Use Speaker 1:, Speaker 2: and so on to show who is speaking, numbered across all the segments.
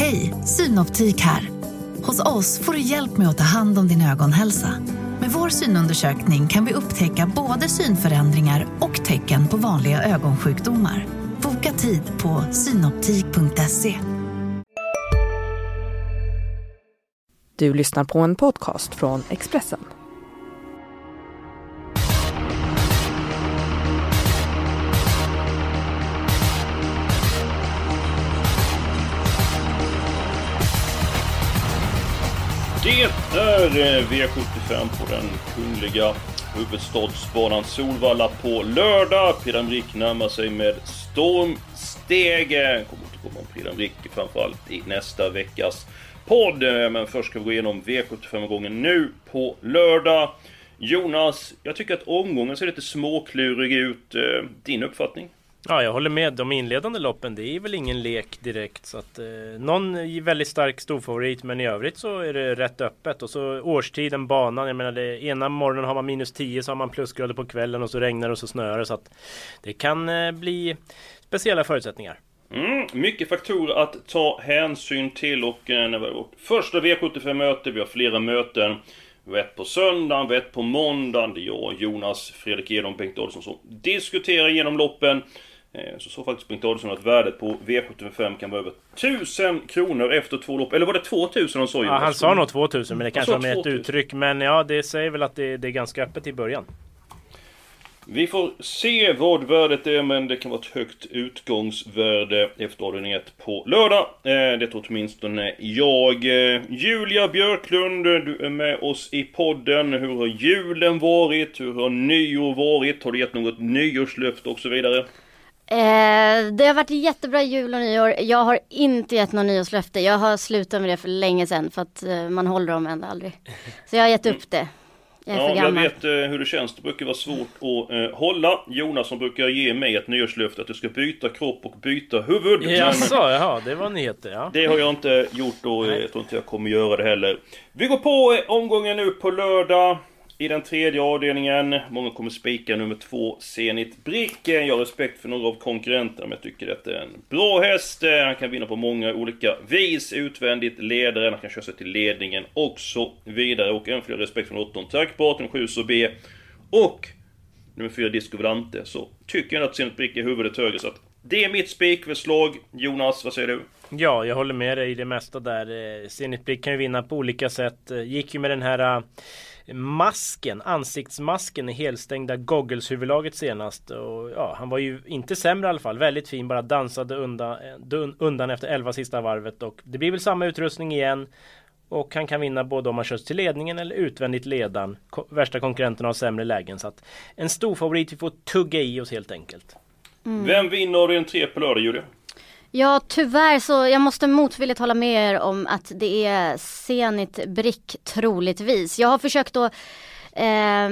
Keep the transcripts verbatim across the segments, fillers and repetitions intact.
Speaker 1: Hej, Synoptik här. Hos oss får du hjälp med att ta hand om din ögonhälsa. Med vår synundersökning kan vi upptäcka både synförändringar och tecken på vanliga ögonsjukdomar. Boka tid på synoptik punkt se.
Speaker 2: Du lyssnar på en podcast från Expressen.
Speaker 3: Det är V sjuttiofem på den kungliga huvudstadsbanan Solvalla på lördag. Prix d'Amérique närmar sig med stormsteg. Kommer att komma om Prix d'Amérique framförallt i nästa veckas podd. Men först ska vi gå igenom V sjuttiofem-gången nu på lördag. Jonas, jag tycker att omgången ser lite småklurig ut. Din uppfattning?
Speaker 4: Ja, jag håller med. De inledande loppen, det är väl ingen lek direkt. Så att, eh, någon är väldigt stark storfavorit, men i övrigt så är det rätt öppet. Och så årstiden, banan, jag menar det, ena morgonen har man minus tio, så har man plusgrader på kvällen och så regnar och så snöar det. Så att det kan eh, bli speciella förutsättningar.
Speaker 3: Mm, mycket faktorer att ta hänsyn till och eh, när vi har vårt första V sjuttiofem-möte, vi har flera möten. Vi har ett på söndagen, vi har ett på måndagen. Det är jag, Jonas, Fredrik Edholm, Bengt Adolfsson som diskuterar genom loppen. Så så faktiskt Bengt Adolfsson att värdet på V sjuttiofem kan vara över tusen kronor efter två lopp. Eller var det tvåtusen han sa?
Speaker 4: Ja, han sa nog tvåtusen, men det kanske var med ett uttryck. Men ja, det säger väl att det, det är ganska öppet i början.
Speaker 3: Vi får se vad värdet är, men det kan vara ett högt utgångsvärde efter avdelning ett på lördag. Det tror åtminstone jag. Julia Björklund, du är med oss i podden. Hur har julen varit? Hur har nyår varit? Har du gett något nyårslöfte och så vidare?
Speaker 5: Eh, det har varit jättebra jul och nyår. Jag har inte gett någon nyårslöfte. Jag har slutat med det för länge sedan, för att eh, man håller dem ändå aldrig. Så jag har gett upp det. Jag,
Speaker 3: ja, jag vet eh, hur det känns. Det brukar vara svårt att eh, hålla. Jonas som brukar ge mig ett nyårslöfte att du ska byta kropp och byta huvud.
Speaker 4: Jaså, jaha, det var nyheter, ja.
Speaker 3: Det har jag inte gjort och eh, jag tror inte jag kommer göra det heller. Vi går på eh, omgången nu på lördag. I den tredje avdelningen, många kommer spika nummer två, Zenit Bricken. Jag har respekt för några av konkurrenterna, men jag tycker att det är en bra häst. Han kan vinna på många olika vis, utvändigt, ledaren, han kan köra sig till ledningen och så vidare. Och en fler respekt för åttonde tackparten, sju så B. Och nummer fyra, Disco Volante, så tycker jag att Zenit Bricken är huvudet högre. Så att det är mitt spikförslag. Jonas, vad säger du?
Speaker 4: Ja, jag håller med dig i det mesta där. Zenit Bricken kan ju vinna på olika sätt. Gick ju med den här masken, ansiktsmasken i helstängda goggles-huvudlaget senast. Och ja, han var ju inte sämre i alla fall. Väldigt fin, bara dansade undan, undan efter elva sista varvet. Och det blir väl samma utrustning igen. Och han kan vinna både om han körs till ledningen eller utvändigt ledan. Ko- värsta konkurrenterna har sämre lägen. Så att en stor favorit, vi får tugga i oss helt enkelt.
Speaker 3: Mm. Vem vinner den tre på lördag, Julia?
Speaker 5: Ja, tyvärr så jag måste motvilligt hålla med er om att det är Zenit Brick troligtvis. Jag har försökt att eh,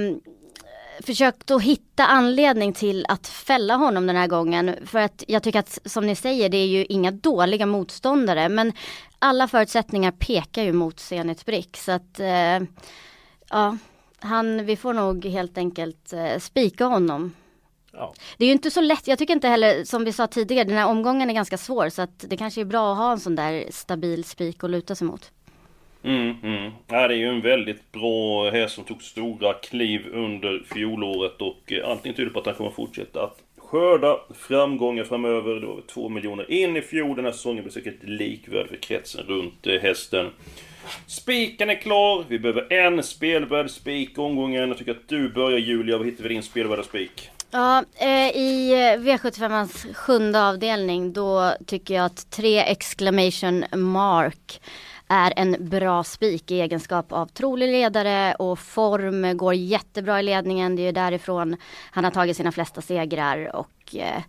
Speaker 5: försökt att hitta anledning till att fälla honom den här gången. För att jag tycker att, som ni säger, det är ju inga dåliga motståndare. Men alla förutsättningar pekar ju mot Zenit Brick. Så att eh, ja, han, vi får nog helt enkelt eh, spika honom.
Speaker 4: Ja.
Speaker 5: Det är ju inte så lätt, jag tycker inte heller, som vi sa tidigare, den här omgången är ganska svår, så att det kanske är bra att ha en sån där stabil spik att luta sig mot.
Speaker 3: Mm, mm. Ja, det är ju en väldigt bra häst som tog stora kliv under fjolåret och allting tyder på att han kommer fortsätta att skörda framgångar framöver. Det var väl två miljoner in i fjol, den här säsongen blir säkert likvärd för kretsen runt hästen. Spiken är klar, vi behöver en spelvärd spik omgången. Jag tycker att du börjar, Julia, vad hittar vi din spelvärda spik?
Speaker 5: Ja, eh, i V sjuttiofemans sjunde avdelning då tycker jag att tre exclamation mark är en bra spik i egenskap av trolig ledare och form, går jättebra i ledningen. Det är ju därifrån han har tagit sina flesta segrar och eh,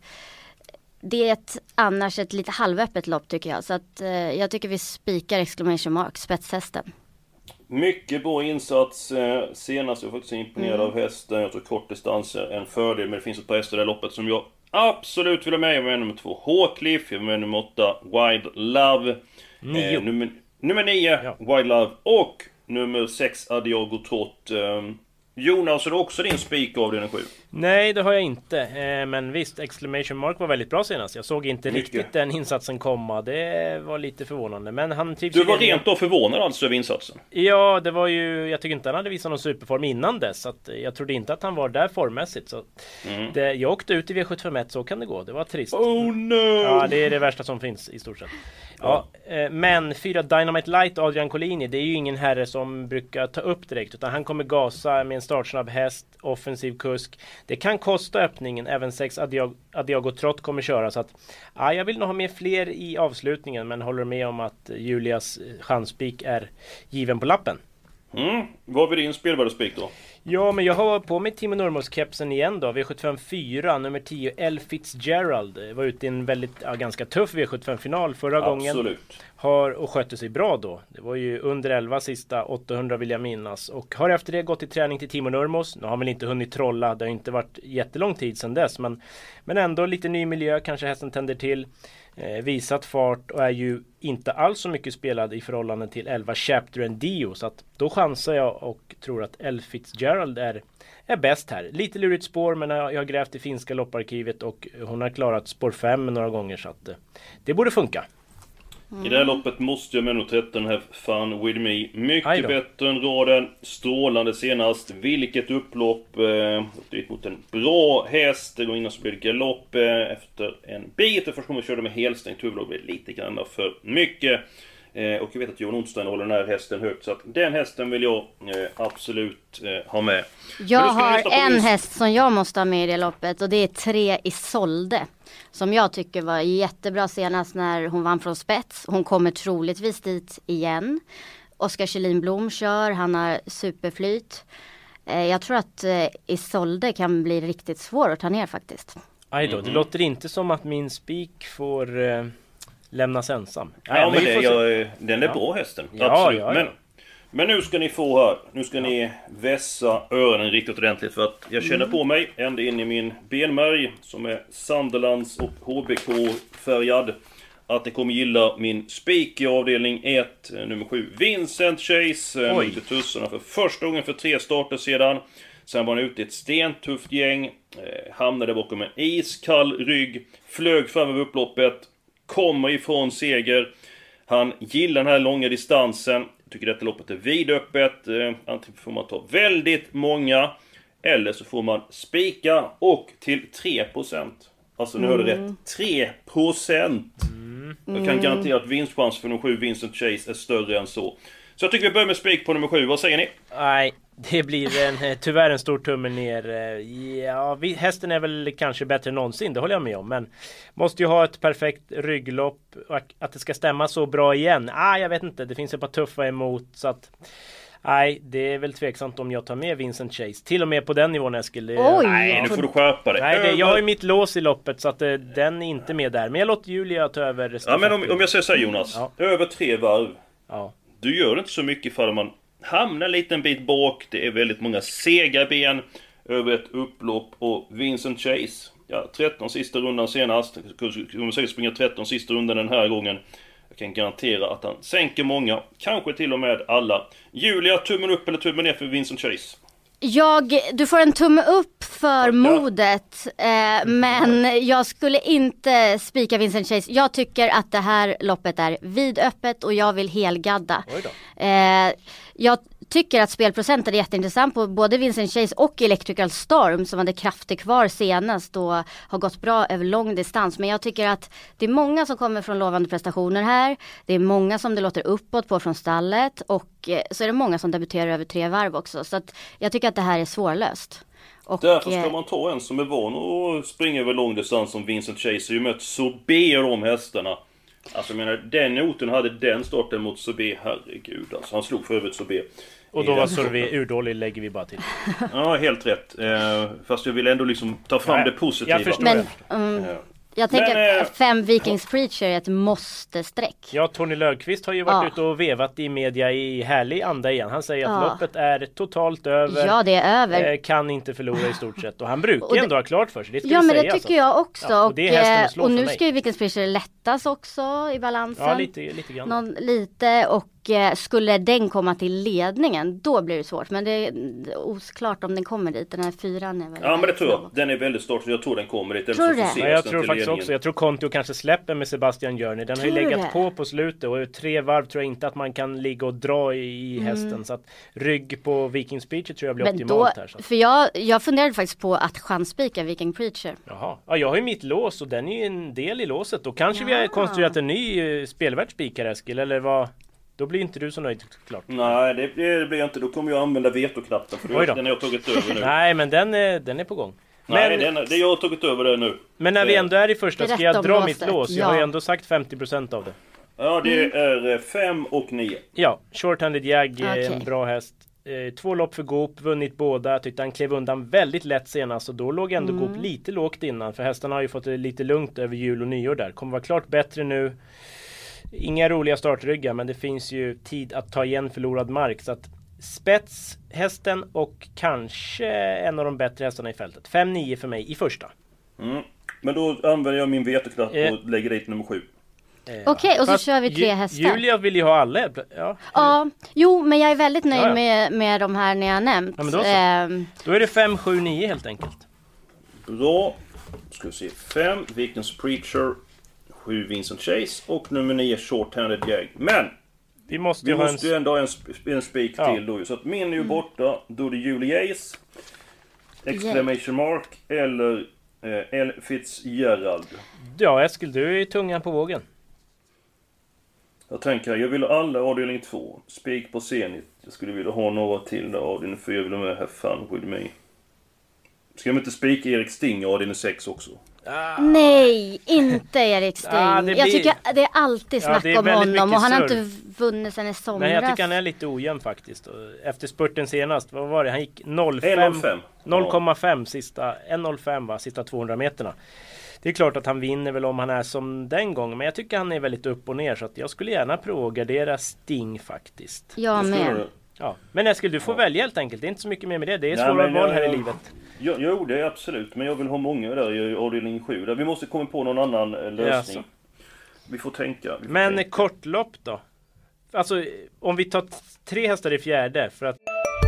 Speaker 5: det är ett, annars ett lite halvöppet lopp tycker jag. Så att, eh, jag tycker vi spikar exclamation mark, spetshästen.
Speaker 3: Mycket bra insats. Senast är jag faktiskt imponerad
Speaker 5: mm.
Speaker 3: av hästen. Jag tror kortdistans är en fördel, men det finns ett par hästar i det loppet som jag absolut vill ha med. Jag vill med nummer två Håkliff, jag vill med nummer åtta Wild Love, eh, nummer, nummer nio ja. Wild Love och nummer sex Adiago Trott. eh, Jonas, är det också din spik av den sju?
Speaker 4: Nej, det har jag inte. Eh, men visst, Exclamation Mark var väldigt bra senast. Jag såg inte
Speaker 3: Mycket.
Speaker 4: riktigt den insatsen komma. Det var lite förvånande. Men han trivs.
Speaker 3: Du var rent då förvånad alltså över insatsen?
Speaker 4: Ja, det var ju... Jag tycker inte han hade visat någon superform innan dess. Så att jag trodde inte att han var där formmässigt. Så
Speaker 3: Mm.
Speaker 4: det, jag åkte ut i V sjuttiofem, så kan det gå. Det var trist.
Speaker 3: Oh no!
Speaker 4: Ja, det är det värsta som finns i stort sett. Ja, eh, men fyra Dynamite Light Adrian Collini, det är ju ingen herre som brukar ta upp direkt, utan han kommer gasa med en startsnabb häst, offensiv kusk. Det kan kosta öppningen, även sex Adiago, Adiago Trott kommer köra, så att ja, jag vill nog ha med fler i avslutningen, men håller med om att Julias chanspik är given på lappen.
Speaker 3: Mm. Vad var din spelvärdespik då?
Speaker 4: Ja, men jag har på mig Timo Nurmos-kepsen igen då. V sjuttiofem fyra, nummer tio, L. Fitzgerald. Var ute i en väldigt, ja, ganska tuff V sjuttiofem-final förra
Speaker 3: Absolut.
Speaker 4: gången. Har och skötte sig bra då. Det var ju under elva sista åttahundra vill jag minnas. Och har efter det gått i träning till Timo Nurmos. Nu har han väl inte hunnit trolla. Det har inte varit jättelång tid sedan dess. Men, men ändå lite ny miljö. Kanske hästen tänder till. Eh, visat fart och är ju inte alls så mycket spelad i förhållande till elva Chapter and Dio, så att då chansar jag och tror att L. Fitzgerald är, är bäst här. Lite lurigt spår, men jag, jag har grävt i finska lopparkivet och hon har klarat spår fem några gånger, så att eh, det borde funka.
Speaker 3: I det här loppet måste jag med nog trätta den här Fun With Me. Mycket bättre än raden. Strålande senast. Vilket upplopp. Eh, dit mot en bra häst. Det går innan så blir det galopp eh, efter en bit. Det första gången jag körde med helstängt huvud blev det lite grann för mycket. Eh, och jag vet att Johan Onsdagen håller den här hästen högt. Så att den hästen vill jag eh, absolut eh, ha med.
Speaker 5: Jag har en
Speaker 3: min...
Speaker 5: häst som jag måste ha med i det loppet, och det är tre Isolde. Som jag tycker var jättebra senast när hon vann från spets. Hon kommer troligtvis dit igen. Oskar Kjellin Blom kör, han har superflyt. Eh, jag tror att eh, Isolde kan bli riktigt svår att ta ner faktiskt.
Speaker 4: Aj då, mm-hmm. Det låter inte som att min spik får eh, lämnas ensam.
Speaker 3: Ja, ja men det, jag, den är ja. bra hästen,
Speaker 4: ja,
Speaker 3: absolut.
Speaker 4: Ja, ja.
Speaker 3: Men, men nu ska ni få här, nu ska ja. ni vässa öronen riktigt ordentligt, för att jag känner mm. på mig ända in i min benmärg, som är Sunderlands och H B K-färgad, att ni kommer gilla min spik i avdelning ett, nummer sju, Vincent Chase, mot i tussarna för första gången för tre starter sedan. Sen var han ute i ett stentufft gäng, eh, hamnade bakom en iskall rygg, flög fram över upploppet, kommer ifrån seger. Han gillar den här långa distansen. Jag tycker detta loppet är vidöppet. Eh, antingen får man ta väldigt många, eller så får man spika och till tre procent. Alltså nu mm. hörde rätt, tre procent. Mm. Jag kan garantera att vinstchans för nummer sju Vincent Chase är större än så. Så jag tycker vi börjar med spik på nummer sju. Vad säger ni?
Speaker 4: Nej, det blir en, tyvärr en stor tumme ner. Ja, vi, hästen är väl kanske bättre än någonsin, det håller jag med om. Men måste ju ha ett perfekt rygglopp. Att det ska stämma så bra igen. Ah, jag vet inte, det finns ett par tuffa emot. Så att, nej, det är väl tveksamt om jag tar med Vincent Chase. Till och med på den nivån, Eskil.
Speaker 5: Oj,
Speaker 3: nej, nu får du skärpa dig.
Speaker 4: Nej, det, jag har ju mitt lås i loppet, så att det, den är inte med där. Men jag låter Julia ta över.
Speaker 3: Ja, men om, om jag säger så här, Jonas. Ja. Över tre varv.
Speaker 4: Ja.
Speaker 3: Du gör inte så mycket för man hamnar en liten bit bak. Det är väldigt många sega ben över ett upplopp. Och Vincent Chase, ja, tretton sista rundan senast. Kommer säkert springa tretton sista rundan den här gången. Jag kan garantera att han sänker många, kanske till och med alla. Julia, tummen upp eller tummen ner för Vincent Chase?
Speaker 5: Jag, du får en tumme upp för ja. modet, eh, men jag skulle inte spika Vincent Chase. Jag tycker att det här loppet är vidöppet och jag vill helgadda. Eh, jag tycker att spelprocenten är jätteintressant på både Vincent Chase och Electrical Storm, som hade krafter kvar senast och har gått bra över lång distans. Men jag tycker att det är många som kommer från lovande prestationer här. Det är många som det låter uppåt på från stallet, och eh, så är det många som debuterar över tre varv också. Så att jag tycker att det här är svårlöst. Och,
Speaker 3: därför ska man ta en som är van och springa över lång distans som Vincent Chase. Har ju mött Sobe och de hästarna. Alltså jag menar, den noten hade den starten mot Sobe, herregud. Alltså han slog för övrigt Sobe.
Speaker 4: Och då var Sobe urdålig, lägger vi bara till.
Speaker 3: Ja, helt rätt. Eh, fast jag vill ändå liksom ta fram Nej, det positiva.
Speaker 4: Jag förstår.
Speaker 5: Men, um, Jag tänker
Speaker 3: Men,
Speaker 5: att fem Vikings Preacher är ett måste-streck.
Speaker 4: Ja, Tony Löfqvist har ju varit
Speaker 5: Ja.
Speaker 4: ute och vevat i media i härlig anda igen. Han säger att
Speaker 5: Ja.
Speaker 4: loppet är totalt över.
Speaker 5: Ja, det är över.
Speaker 4: Eh, kan inte förlora i stort sett. Och han brukar
Speaker 5: Och det-
Speaker 4: ändå ha klart för sig. Det ska
Speaker 5: Ja,
Speaker 4: vi
Speaker 5: men
Speaker 4: säga,
Speaker 5: det tycker
Speaker 4: alltså.
Speaker 5: jag också.
Speaker 4: Ja, och
Speaker 5: och
Speaker 4: det är hästen
Speaker 5: eh,
Speaker 4: att slå
Speaker 5: och
Speaker 4: för
Speaker 5: nu
Speaker 4: mig.
Speaker 5: ska ju Vikings Preacher lättas också i balansen.
Speaker 4: Ja, lite, lite grann.
Speaker 5: Någon, lite och eh, skulle den komma till ledningen, då blir det svårt. Men det är osklart om den kommer dit. Den här fyran är väl...
Speaker 3: Ja, men det tror jag. Den är väldigt start, så jag tror den kommer dit. Eller
Speaker 5: Tror
Speaker 3: så
Speaker 5: du det?
Speaker 3: forceras
Speaker 4: Ja, jag
Speaker 3: den
Speaker 4: tror
Speaker 3: till
Speaker 4: faktiskt
Speaker 3: ledningen.
Speaker 4: också. Jag tror Conti kanske släpper med Sebastian Journey. Den har ju
Speaker 5: Tror du
Speaker 4: legat
Speaker 5: det?
Speaker 4: på på slutet och tre varv tror jag inte att man kan ligga och dra i, i hästen. Så att rygg på Viking Preacher tror jag blir
Speaker 5: Men då,
Speaker 4: optimalt här. Så. att-
Speaker 5: för jag, jag funderade faktiskt på att chansspika Viking Preacher.
Speaker 4: Jaha. Ja, jag har ju mitt lås och den är ju en del i låset. Då kanske vi har
Speaker 5: Ja.
Speaker 4: konstruerat en ny eh, spelvärd spikar, Eskil, eller vad? Då blir inte du så nöjd, klart.
Speaker 3: Nej, det, det blir jag inte. Då kommer jag använda vetoknappen. För
Speaker 4: Oj då.
Speaker 3: den har jag tagit över nu.
Speaker 4: Nej, men den är, den är på gång.
Speaker 3: Nej,
Speaker 4: Men,
Speaker 3: den, det jag har tagit över det nu.
Speaker 4: men när vi ändå är i första, ska
Speaker 5: Berätta
Speaker 4: jag
Speaker 5: om
Speaker 4: dra
Speaker 5: låset.
Speaker 4: mitt lås? Jag har ju
Speaker 5: Ja.
Speaker 4: ändå sagt femtio procent av det.
Speaker 3: Ja, det
Speaker 5: Mm.
Speaker 3: är eh, fem och nio.
Speaker 4: Ja, Short-Handed Jag är en
Speaker 5: Okej.
Speaker 4: bra häst. Eh, två lopp för Goop, vunnit båda. Tyckte han klev undan väldigt lätt senast och då låg ändå
Speaker 5: Mm.
Speaker 4: Goop lite lågt innan. För hästarna har ju fått det lite lugnt över jul och nyår där. Kommer vara klart bättre nu. Inga roliga startryggar, men det finns ju tid att ta igen förlorad mark. Så att spets, hästen och kanske en av de bättre hästarna i fältet. fem nio för mig i första.
Speaker 3: Mm. Men då använder jag min vetoknapp
Speaker 4: Eh.
Speaker 3: och lägger dit nummer sju.
Speaker 4: Eh,
Speaker 5: Okej, och så
Speaker 4: fast
Speaker 5: kör vi tre
Speaker 4: Ju-
Speaker 5: hästar.
Speaker 4: Julia vill ju ha alla. Ja.
Speaker 5: Ja, jo, men jag är väldigt nöjd
Speaker 4: Ja, ja.
Speaker 5: Med, med de här ni har nämnt.
Speaker 4: Ja, men då så.
Speaker 5: Ehm,
Speaker 4: Då är det fem sju nio helt enkelt.
Speaker 3: Bra. Ska vi se. fem Vikings Preacher. sju Vincent Chase. Och nummer nio Short-Handed Jag. Men!
Speaker 4: Vi måste
Speaker 3: Vi
Speaker 4: ju ha en...
Speaker 3: måste ju ändå ha en, sp- en spik
Speaker 4: Ja.
Speaker 3: till då ju. Så att min är ju borta. Då är det Julie Jace. Exclamation mark. Eller eh, L. Fitzgerald.
Speaker 4: Ja, Eskil, du är tungan på vågen.
Speaker 3: Jag tänker, jag vill ha alla avdelning två. Spik på Zenit. Jag skulle vilja ha några till där. Avdelning fyra. Jag vill ha med Have Fun With Me. Ska jag inte spika Erik Sting i avdelning sex också?
Speaker 5: nej, inte Erik Sting.
Speaker 4: Ah, det
Speaker 5: Jag
Speaker 4: blir-
Speaker 5: tycker det är alltid
Speaker 4: Ja,
Speaker 5: snack
Speaker 4: det är
Speaker 5: om
Speaker 4: väldigt
Speaker 5: honom
Speaker 4: mycket
Speaker 5: och han har
Speaker 4: surr.
Speaker 5: inte vunnit sen i somras.
Speaker 4: Nej, jag tycker han är lite ojämn faktiskt. Och efter spurten senast, vad var det? Han gick noll
Speaker 3: en
Speaker 4: komma
Speaker 3: noll fem.
Speaker 4: noll komma fem sista, en noll fem va, sista tvåhundra meterna. Det är klart att han vinner väl om han är som den gången, men jag tycker han är väldigt upp och ner så att jag skulle gärna provgardera Sting faktiskt.
Speaker 5: Jag
Speaker 3: Vad skulle
Speaker 5: med.
Speaker 3: du?
Speaker 4: Ja, men Eskil, du får välja helt enkelt. Det är inte så mycket mer med det. Det är
Speaker 3: Nej,
Speaker 4: svåra
Speaker 3: men
Speaker 4: val
Speaker 3: jag-
Speaker 4: här i
Speaker 3: jag-
Speaker 4: livet.
Speaker 3: Jo, jo, det är absolut. Men jag vill ha många där i avdelning sju. Där vi måste komma på någon annan eh, lösning.
Speaker 4: Jaså.
Speaker 3: Vi får tänka. Vi får
Speaker 4: Men
Speaker 3: tänka.
Speaker 4: kortlopp då? Alltså, om vi tar t- tre hästar i fjärde för att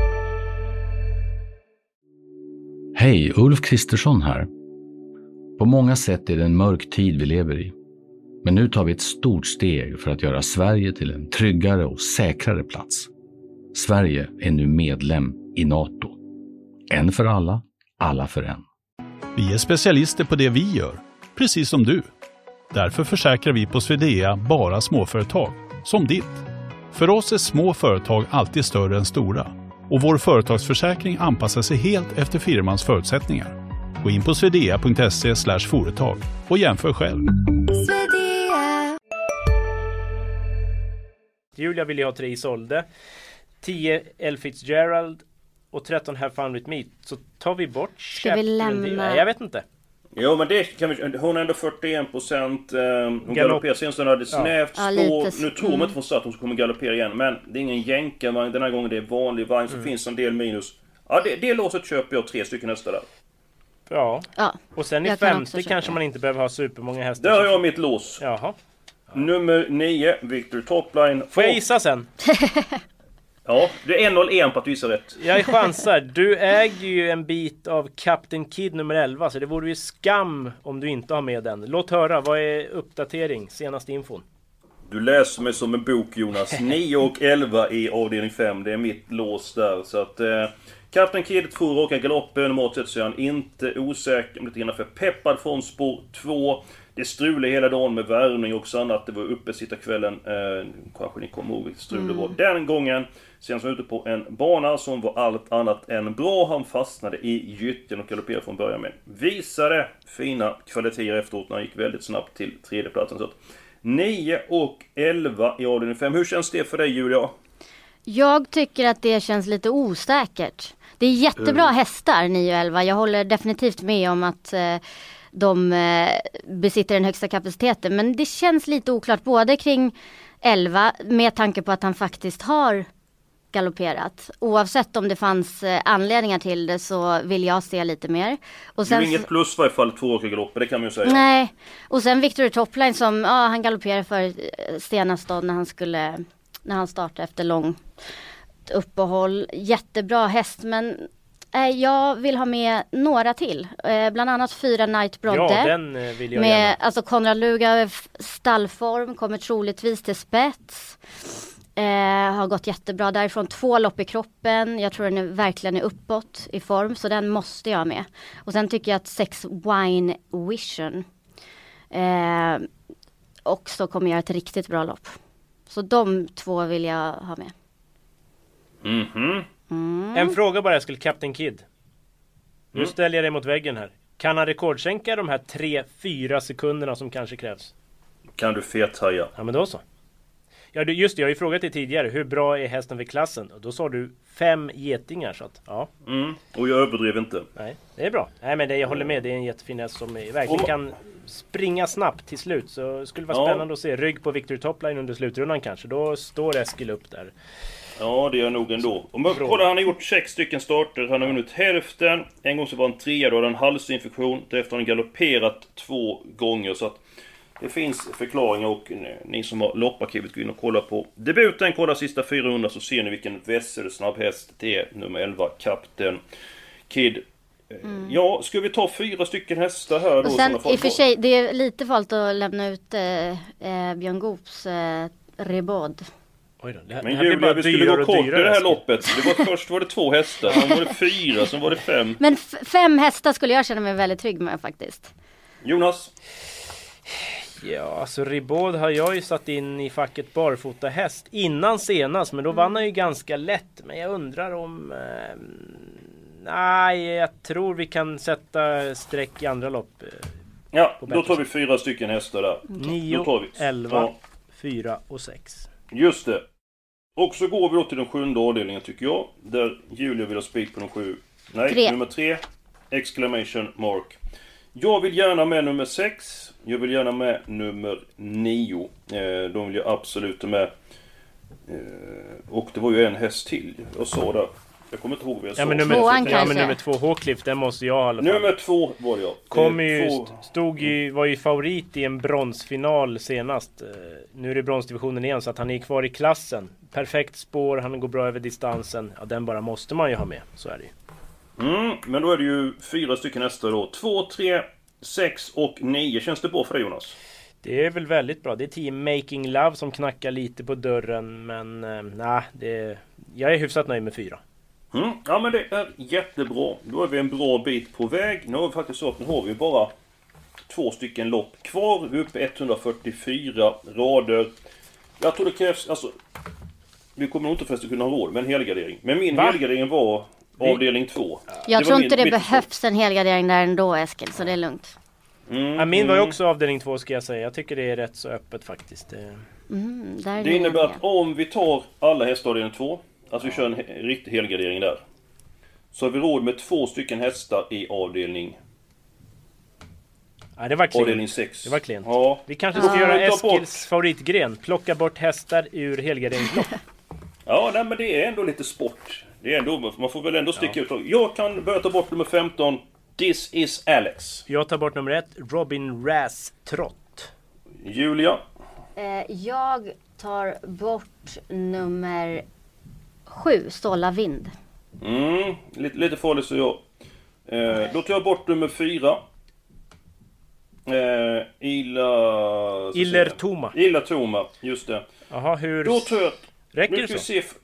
Speaker 6: Hej, Ulf Kristersson här. På många sätt är det en mörk tid vi lever i. Men nu tar vi ett stort steg för att göra Sverige till en tryggare och säkrare plats. Sverige är nu medlem i NATO. En för alla, alla för en.
Speaker 7: Vi är specialister på det vi gör, precis som du. Därför försäkrar vi på Swedea bara småföretag, som ditt. För oss är små företag alltid större än stora. Och vår företagsförsäkring anpassar sig helt efter firmans förutsättningar. Gå in på swedea punkt se slash företag och jämför själv.
Speaker 4: Julia vill ju ha tre Isolde, tio L. Fitzgerald och tretton Have Fun With Me. Så tar vi bort
Speaker 5: Ska vi
Speaker 4: Chaperone
Speaker 5: lämna-
Speaker 4: Deal. Nej, jag vet inte.
Speaker 3: Jo, men det kan vi... Hon är ändå fyrtioen procent. Eh, hon
Speaker 4: Galopp.
Speaker 3: galopperar senast. Hon hade snävt
Speaker 5: Ja,
Speaker 3: spår.
Speaker 5: lite-
Speaker 3: Nu tror man
Speaker 5: mm.
Speaker 3: inte från start att hon kommer galoppera igen. Men det är ingen jänkarvagn. Den här gången det är vanlig vagn. Så
Speaker 4: Mm.
Speaker 3: finns en del minus. Ja, det, det låset köper jag tre stycken hästar där.
Speaker 4: Ja,
Speaker 5: Ja,
Speaker 4: och sen i
Speaker 5: Jag kan också
Speaker 4: femte
Speaker 5: köpa.
Speaker 4: kanske man inte behöver ha supermånga hästar.
Speaker 3: Där har jag mitt lås.
Speaker 4: Jaha.
Speaker 3: Nummer nio, Victor Topline.
Speaker 4: Får jag
Speaker 3: Och-
Speaker 4: gissa sen?
Speaker 3: Ja, det är en noll ett på att visa rätt.
Speaker 4: Jag chansar. Du äger ju en bit av Captain Kid nummer elva, så det vore ju skam om du inte har med den. Låt höra, vad är uppdatering, senaste infon?
Speaker 3: Du läser mig som en bok, Jonas. nio och elva i avdelning fem. Det är mitt lås där. Så att... Eh, Captain Kid, två raka galopper. Normalt sett så är han inte osäker. Lite grann för peppad från spår två. Det strulade hela dagen med värmning och annat. Det var uppe sitta kvällen. Eh, kanske ni kommer ihåg vilket strul det var den gången. Sen så var ute på en bana som var allt annat än bra. Han fastnade i gyttjan och galopperade från början med. Visade fina kvaliteter efteråt när han gick väldigt snabbt till tredjeplatsen. Så att nio och elva i avdelning fem. Hur känns det för dig, Julia?
Speaker 5: jag tycker att det känns lite osäkert. Det är jättebra
Speaker 3: Mm.
Speaker 5: hästar, nio och elva. Jag håller definitivt med om att eh, de eh, besitter den högsta kapaciteten. Men det känns lite oklart både kring elva med tanke på att han faktiskt har galopperat. Oavsett om det fanns eh, anledningar till det så vill jag se lite mer. Och sen,
Speaker 3: det är inget plus i varje fall två åker galopper, det kan man ju säga.
Speaker 5: Nej, och sen Victory Topline som ja, han galopperade för eh, senast då när han skulle när han startade efter lång uppehåll. Jättebra häst, men eh, jag vill ha med några till. Eh, bland annat fyra Night Brodde.
Speaker 4: Ja, den eh, vill jag
Speaker 5: med,
Speaker 4: gärna.
Speaker 5: alltså Konrad Luga stallform, kommer troligtvis till spets. Eh, har gått jättebra därifrån. Två lopp i kroppen. Jag tror den är, verkligen är uppåt i form. Så den måste jag ha med. Och sen tycker jag att sex Wine Vision eh, också kommer göra ett riktigt bra lopp. Så de två vill jag ha med.
Speaker 3: Mhm.
Speaker 5: Mm.
Speaker 4: En fråga bara, Eskil, Captain Kid. Nu mm. ställer jag dig mot väggen här. Kan han rekordsänka de här tre fyra sekunderna som kanske krävs?
Speaker 3: Kan du fethaja?
Speaker 4: Ja, men då så. Ja, just det, jag har ju frågat dig tidigare. Hur bra är hästen för klassen? Och då sa du fem getingar, så att, ja.
Speaker 3: Mm, och jag överdrev inte.
Speaker 4: Nej, det är bra. Nej, men det, jag håller med. Det är en jättefin häst som verkligen
Speaker 3: och,
Speaker 4: kan springa snabbt till slut. Så det skulle vara
Speaker 3: ja.
Speaker 4: spännande att se rygg på Victory Topline under slutrundan kanske. Då står Eskil upp där.
Speaker 3: Ja, det är nog ändå. Om man kollar, han har gjort sex stycken starter. Han har vunnit hälften. En gång så var han trea, då hade han halsinfektion. Därefter har han galopperat två gånger. Så att det finns förklaringar, och ni som har lopparkivet går in och kollar på debuten, kolla sista fyrahundra, så ser ni vilken vässel snabb häst det är, nummer elva, Captain Kid. Mm. Ja, ska vi ta fyra stycken hästar här då?
Speaker 5: Och sen i och för sig, det är lite farligt att lämna ut eh, eh, Björn Goops eh, Rebod.
Speaker 4: Oj då, det här,
Speaker 3: men
Speaker 4: det här
Speaker 3: Julia, vi skulle gå kort i det här
Speaker 4: Eskil.
Speaker 3: loppet. Det var, först var det två hästar, sen var det fyra, sen var det fem.
Speaker 5: Men f- fem hästar skulle jag känna mig väldigt trygg med faktiskt.
Speaker 3: Jonas?
Speaker 4: Ja, alltså Ribod har jag ju satt in i facket barfota häst innan senast, men då vann han ju ganska lätt. Men jag undrar om... Eh, nej, jag tror vi kan sätta streck i andra lopp. Eh,
Speaker 3: ja, då tar vi fyra stycken hästar där.
Speaker 4: nio, elva, ja. fyra och sex.
Speaker 3: Just det. Och så går vi då till den sjunde avdelningen tycker jag. Där Julia vill ha spik på de sju. Nej,
Speaker 5: tre.
Speaker 3: nummer tre. Exclamation mark. Jag vill gärna med nummer sex. Jag vill gärna med nummer nio. Eh, de vill jag absolut ha med. Eh, och det var ju en häst till. Jag sa där. Jag kommer inte ihåg vad jag sa.
Speaker 4: Ja, men nummer,
Speaker 5: Tvåan
Speaker 4: ja, men
Speaker 5: kanske.
Speaker 4: nummer två, Håkliff, den måste jag i alla fall.
Speaker 3: Nummer två var det jag.
Speaker 4: Kom
Speaker 3: Eh,
Speaker 4: ju,
Speaker 3: två...
Speaker 4: stod ju, var ju favorit i en bronsfinal senast. Eh, nu är det bronsdivisionen igen, så att han är kvar i klassen. Perfekt spår, han går bra över distansen. Ja, den bara måste man ju ha med, så är det ju.
Speaker 3: Mm, men då är det ju fyra stycken hästar då. Två, tre, sex och nio. Känns det bra för dig, Jonas?
Speaker 4: Det är väl väldigt bra. Det är tio Making Love som knackar lite på dörren. Men eh, nej, det, jag är hyfsat nöjd med fyra.
Speaker 3: Mm, ja, men det är jättebra. Då är vi en bra bit på väg. Nu har vi faktiskt så att nu har vi bara två stycken lopp kvar. Vi är uppe etthundrafyrtiofyra rader. Jag tror det krävs... Alltså, vi kommer nog inte förresten kunna ha råd med en helgardering. Men min
Speaker 4: Va?
Speaker 3: helgardering var avdelning två.
Speaker 5: Jag
Speaker 3: det
Speaker 5: tror
Speaker 3: var
Speaker 5: inte
Speaker 3: min,
Speaker 5: det behövs en helgardering där ändå, Eskil, så det är lugnt.
Speaker 3: Mm,
Speaker 4: Ja, min var ju
Speaker 3: mm.
Speaker 4: också avdelning två, ska jag säga. Jag tycker det är rätt så öppet faktiskt. Det...
Speaker 5: Mm, där är
Speaker 3: Det
Speaker 5: det
Speaker 3: innebär
Speaker 5: med.
Speaker 3: att om vi tar alla hästar avdelning två, alltså vi kör en he- riktig helgardering där, så har vi råd med två stycken hästar i avdelning,
Speaker 4: Ja, det var klent.
Speaker 3: avdelning sex.
Speaker 4: Det var klent.
Speaker 3: Ja.
Speaker 4: Vi kanske
Speaker 3: Då
Speaker 4: ska
Speaker 3: får
Speaker 4: göra
Speaker 3: vi ta
Speaker 4: Eskils
Speaker 3: bort-
Speaker 4: favoritgren. Plocka bort hästar ur helgarderingslopp.
Speaker 3: Ja, nej, men det är ändå lite sport. Det är ändå, man får väl ändå sticka ut. Jag kan börja ta bort nummer femton. This is Alex.
Speaker 4: Jag tar bort nummer ett, Robin Raz Trott.
Speaker 3: Julia.
Speaker 5: Eh, jag tar bort nummer sju, Ståla Vind.
Speaker 3: Mm, lite, lite farligt så jag. Eh, då tar jag bort nummer fyra. Eh, Illa... så
Speaker 4: Iller
Speaker 3: säga.
Speaker 4: Toma.
Speaker 3: Illa Toma, just det.
Speaker 4: Jaha, hur...
Speaker 3: Då tror jag...
Speaker 4: Räcker
Speaker 3: Nu
Speaker 4: det
Speaker 3: ska vi
Speaker 4: så?
Speaker 3: se... f-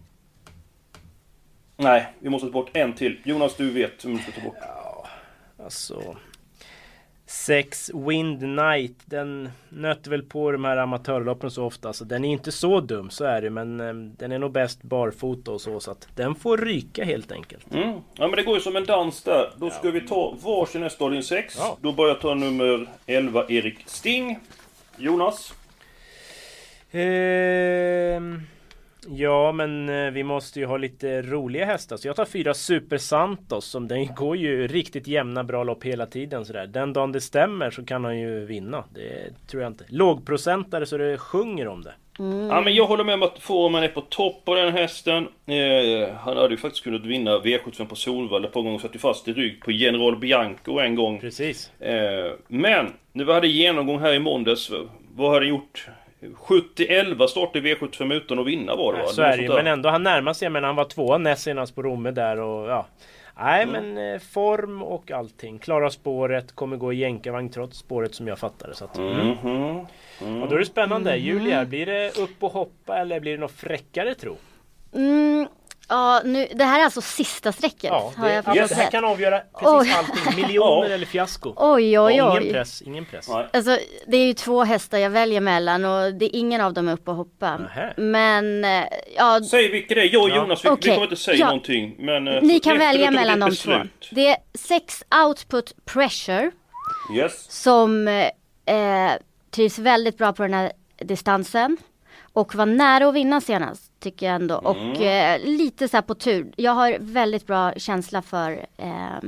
Speaker 3: Nej, vi måste ta bort en till. Jonas, du vet hur vi ska ta bort.
Speaker 4: Alltså... Sex Wind Night, den nöter väl på de här amatörloppen så ofta. Så den är inte så dum, så är det. Men eh, den är nog bäst barfota och så. Så att den får ryka helt enkelt.
Speaker 3: Mm. Ja, men det går ju som en dans där. Då ska vi ta varsin häst avdelning sex.
Speaker 4: Ja.
Speaker 3: Då börjar jag ta nummer elva, Erik Sting. Jonas.
Speaker 4: Ehm, Ja, men eh, vi måste ju ha lite roliga hästar. Så jag tar fyra Super Santos, som den går ju riktigt jämna bra lopp hela tiden sådär. Den dagen det stämmer så kan han ju vinna. Det tror jag inte. Lågprocentare så det sjunger om det.
Speaker 3: Mm. Ja, men jag håller med om att Foreman är på topp på den hästen. Eh, han hade ju faktiskt kunnat vinna V sjuttiofem på Solvalla på en gång och satt ju fast i rygg på General Bianco en gång.
Speaker 4: Precis.
Speaker 3: Eh, men när vi hade genomgång här i måndags, vad hade han gjort? sjuttio elva start i V sjuttiofem utan att vinna var det, va?
Speaker 4: Så är det ju, men ändå han närmar sig, men han var tvåa näst senast på Romme där och ja. Nej, mm. men eh, form och allting. Klara spåret, kommer gå i jänkarvagn trots spåret som jag fattade. Så att, mm. Mm. Mm. Och då är det spännande. Mm. Julia, blir det upp och hoppa eller blir det något fräckare tro?
Speaker 5: Mm. Ja, nu, det här är alltså sista strecket.
Speaker 4: Ja, det,
Speaker 5: har jag
Speaker 4: yes. Det här kan avgöra precis oj. allting. Miljoner eller fiasko.
Speaker 5: Oj, oj, oj.
Speaker 4: Ingen press, ingen press.
Speaker 5: Alltså, det är ju två hästar jag väljer mellan och det är ingen av dem upp och hoppa. Aha. Men, ja.
Speaker 3: Säg vilka det är. Jag och Jonas, vi, okay. vi kommer inte säga ja. någonting. Men,
Speaker 5: ni kan välja mellan de två. Det är sex Output Pressure.
Speaker 3: Yes.
Speaker 5: Som eh, trivs väldigt bra på den här distansen. Och var nära att vinna senast, tycker jag ändå. Mm. Och eh, lite så här på tur. Jag har väldigt bra känsla för, eh,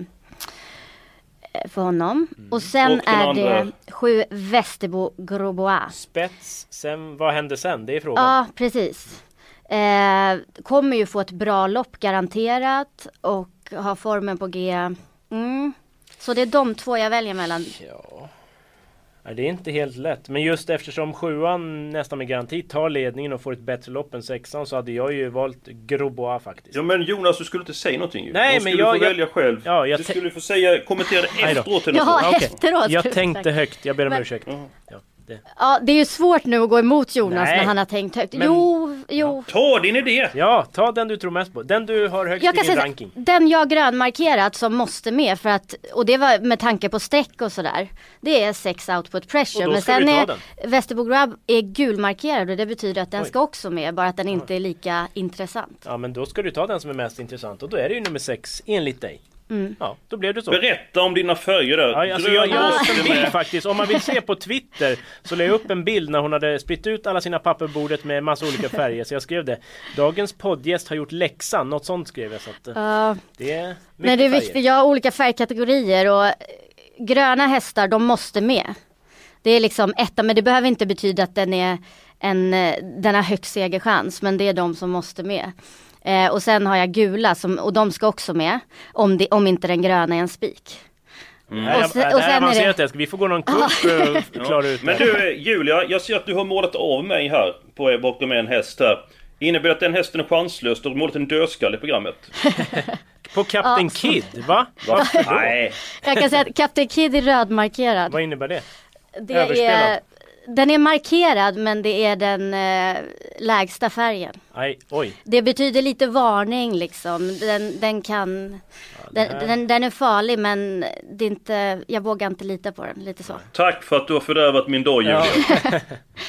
Speaker 5: för honom. Mm. Och sen och är andra. det sju Västerbo Grosbois.
Speaker 4: Spets, sen, vad händer sen? Det är frågan.
Speaker 5: Ja, precis. Eh, kommer ju få ett bra lopp garanterat. Och har formen på G. Mm. Så det är de två jag väljer mellan.
Speaker 4: Ja. Det är inte helt lätt. Men just eftersom sjuan nästan med garanti tar ledningen och får ett bättre lopp än sexan, så hade jag ju valt Grosbois faktiskt.
Speaker 3: Ja, men Jonas, du skulle inte säga någonting ju.
Speaker 4: Nej, men jag...
Speaker 3: Du skulle få välja själv.
Speaker 4: Ja, jag
Speaker 3: du skulle få säga, kommentera det efteråt.
Speaker 5: Ja, okay. efteråt.
Speaker 4: Jag tänkte högt. Jag ber om
Speaker 5: men...
Speaker 4: ursäkt. Uh-huh. Ja. Det.
Speaker 5: Ja, det är ju svårt nu att gå emot Jonas. Nej, när han har tänkt högt. Men, jo, jo.
Speaker 3: Ja, ta din idé.
Speaker 4: Ja, ta den du tror mest på. Den du har högst
Speaker 5: jag
Speaker 4: i din säga, ranking.
Speaker 5: Den jag grönmarkerat som måste med för att, och det var med tanke på streck och sådär. Det är sex Output Pressure. Men sen är Västerbo Grab är gulmarkerad och det betyder att den Oj. ska också med. Bara att den inte är lika intressant.
Speaker 4: Ja, men då ska du ta den som är mest intressant. Och då är det ju nummer sex enligt dig.
Speaker 5: Mm.
Speaker 4: Ja, då blev det så.
Speaker 3: Berätta om dina färger där.
Speaker 4: Ja, alltså jag jag en bild faktiskt. Om man vill se på Twitter så la jag upp en bild när hon hade spritt ut alla sina papper på bordet med massa olika färger. Så jag skrev det. Dagens poddgäst har gjort läxan. Något sånt skrev jag. Så att,
Speaker 5: uh,
Speaker 4: det är
Speaker 5: Nej, det är viktigt. Jag har olika färgkategorier och gröna hästar, de måste med. Det är liksom etta, men det behöver inte betyda att den är en, den har högst segerchans. Men det är de som måste med. Eh, och sen har jag gula som, och de ska också med om, det, om inte den gröna är en spik.
Speaker 4: Mm. Och, se, och sen är det... Vi får gå någon kurs för att klara ut.
Speaker 3: Men du Julia, jag ser att du har målat av mig här på, bakom en häst här. Innebär att den hästen är chanslös och målat en dödskalle i programmet?
Speaker 4: På Captain ja, Kid, va?
Speaker 3: va? Nej.
Speaker 5: Jag kan säga att Captain Kid är rödmarkerad.
Speaker 4: Vad innebär det?
Speaker 5: Det är... Den är markerad, men det är den eh, lägsta färgen.
Speaker 4: Aj, oj.
Speaker 5: Det betyder lite varning liksom. Den, den kan... Ja, den, den, den är farlig, men det är inte, jag vågar inte lita på den. Lite så.
Speaker 3: Tack för att du har fördärvat min dag, Julia. Ja.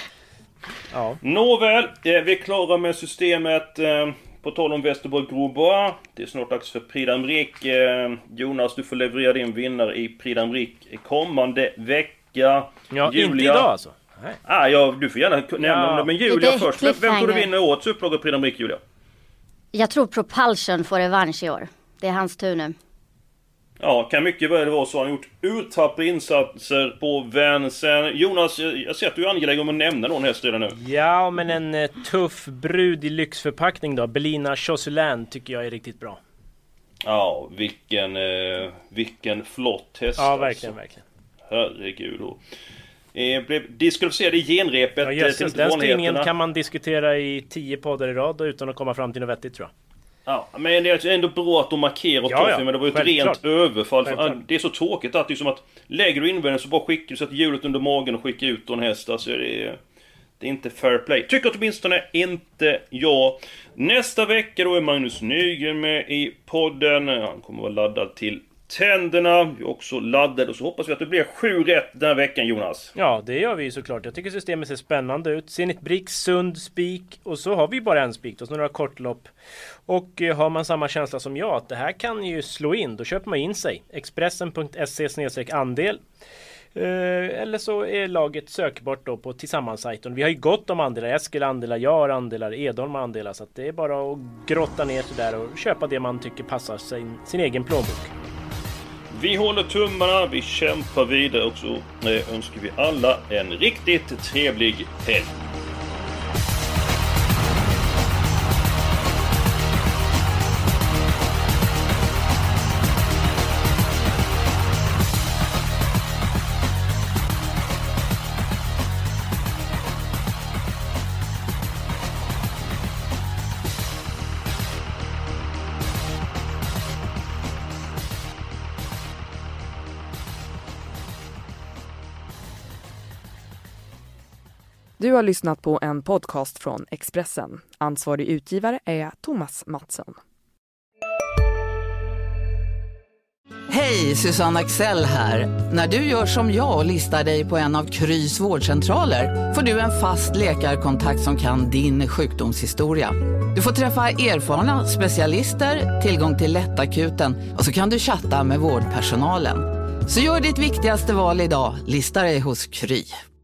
Speaker 4: ja.
Speaker 3: Nåväl, eh, vi är klara med systemet. Eh, på tal om Västerbo Grosbois. Det är snart dags för Prix d'Amérique. Eh, Jonas, du får leverera din vinnare i Prix d'Amérique kommande vecka.
Speaker 4: Ja,
Speaker 3: Julia.
Speaker 4: Inte idag alltså.
Speaker 3: Nej. Ah, ja, du får gärna nämna ja. om det. Men Julia det först. Vem, vem tror du vinner årets upplaga Prix d'Amérique, Julia?
Speaker 5: Jag tror Propulsion får revansch i år. Det är hans tur nu.
Speaker 3: Ja, kan mycket väl vara så. Han har gjort urtappade insatser på vänsen. Jonas, jag ser att du är angelägen om att nämna någon häst redan nu.
Speaker 4: Ja, men en eh, tuff brud i lyxförpackning då. Bellina Chosselan tycker jag är riktigt bra.
Speaker 3: Ja, vilken, eh, vilken flott häst.
Speaker 4: Ja, verkligen, alltså. verkligen.
Speaker 3: Herregud. Eh, blev diskvalificerad i genrepet.
Speaker 4: Ja, just, till den styrningen kan man diskutera i tio poddar i rad utan att komma fram till något vettigt, tror jag.
Speaker 3: Ja, men det är ändå bra att de markerar och
Speaker 4: ja, ja.
Speaker 3: men det var ju ett
Speaker 4: Självklart.
Speaker 3: rent överfall.
Speaker 4: Självklart.
Speaker 3: Det är så tråkigt att liksom att lägger du invändigt så bara skickar du så att hjulet under magen och skickar ut en häst. Alltså det är, det är inte fair play. Tycker åtminstone inte jag. Nästa vecka då är Magnus Nygren med i podden. Han kommer vara laddad till tänderna. Vi är också laddade och så hoppas vi att det blir sju rätt den här veckan, Jonas.
Speaker 4: Ja, det gör vi ju såklart. Jag tycker systemet ser spännande ut. Zenit Brix, sund spik och så har vi bara en spik då, så några kortlopp. Och eh, har man samma känsla som jag att det här kan ju slå in, då köper man in sig. Expressen punkt se snedstreck andel. Eh, eller så är laget sökbart då på Tillsammans-sajten. Vi har ju gott om andelar. Eskil andelar, jag har andelar, Edholm har andelar. Så att det är bara att grotta ner sig där och köpa det man tycker passar sin, sin egen plånbok.
Speaker 3: Vi håller tummarna, vi kämpar vidare och så önskar vi alla en riktigt trevlig helg.
Speaker 2: Du har lyssnat på en podcast från Expressen. Ansvarig utgivare är Thomas Mattsson.
Speaker 8: Hej, Susanne Axel här. När du gör som jag och listar dig på en av Krys vårdcentraler får du en fast läkarkontakt som kan din sjukdomshistoria. Du får träffa erfarna specialister, tillgång till lättakuten och så kan du chatta med vårdpersonalen. Så gör ditt viktigaste val idag, lista dig hos Kry.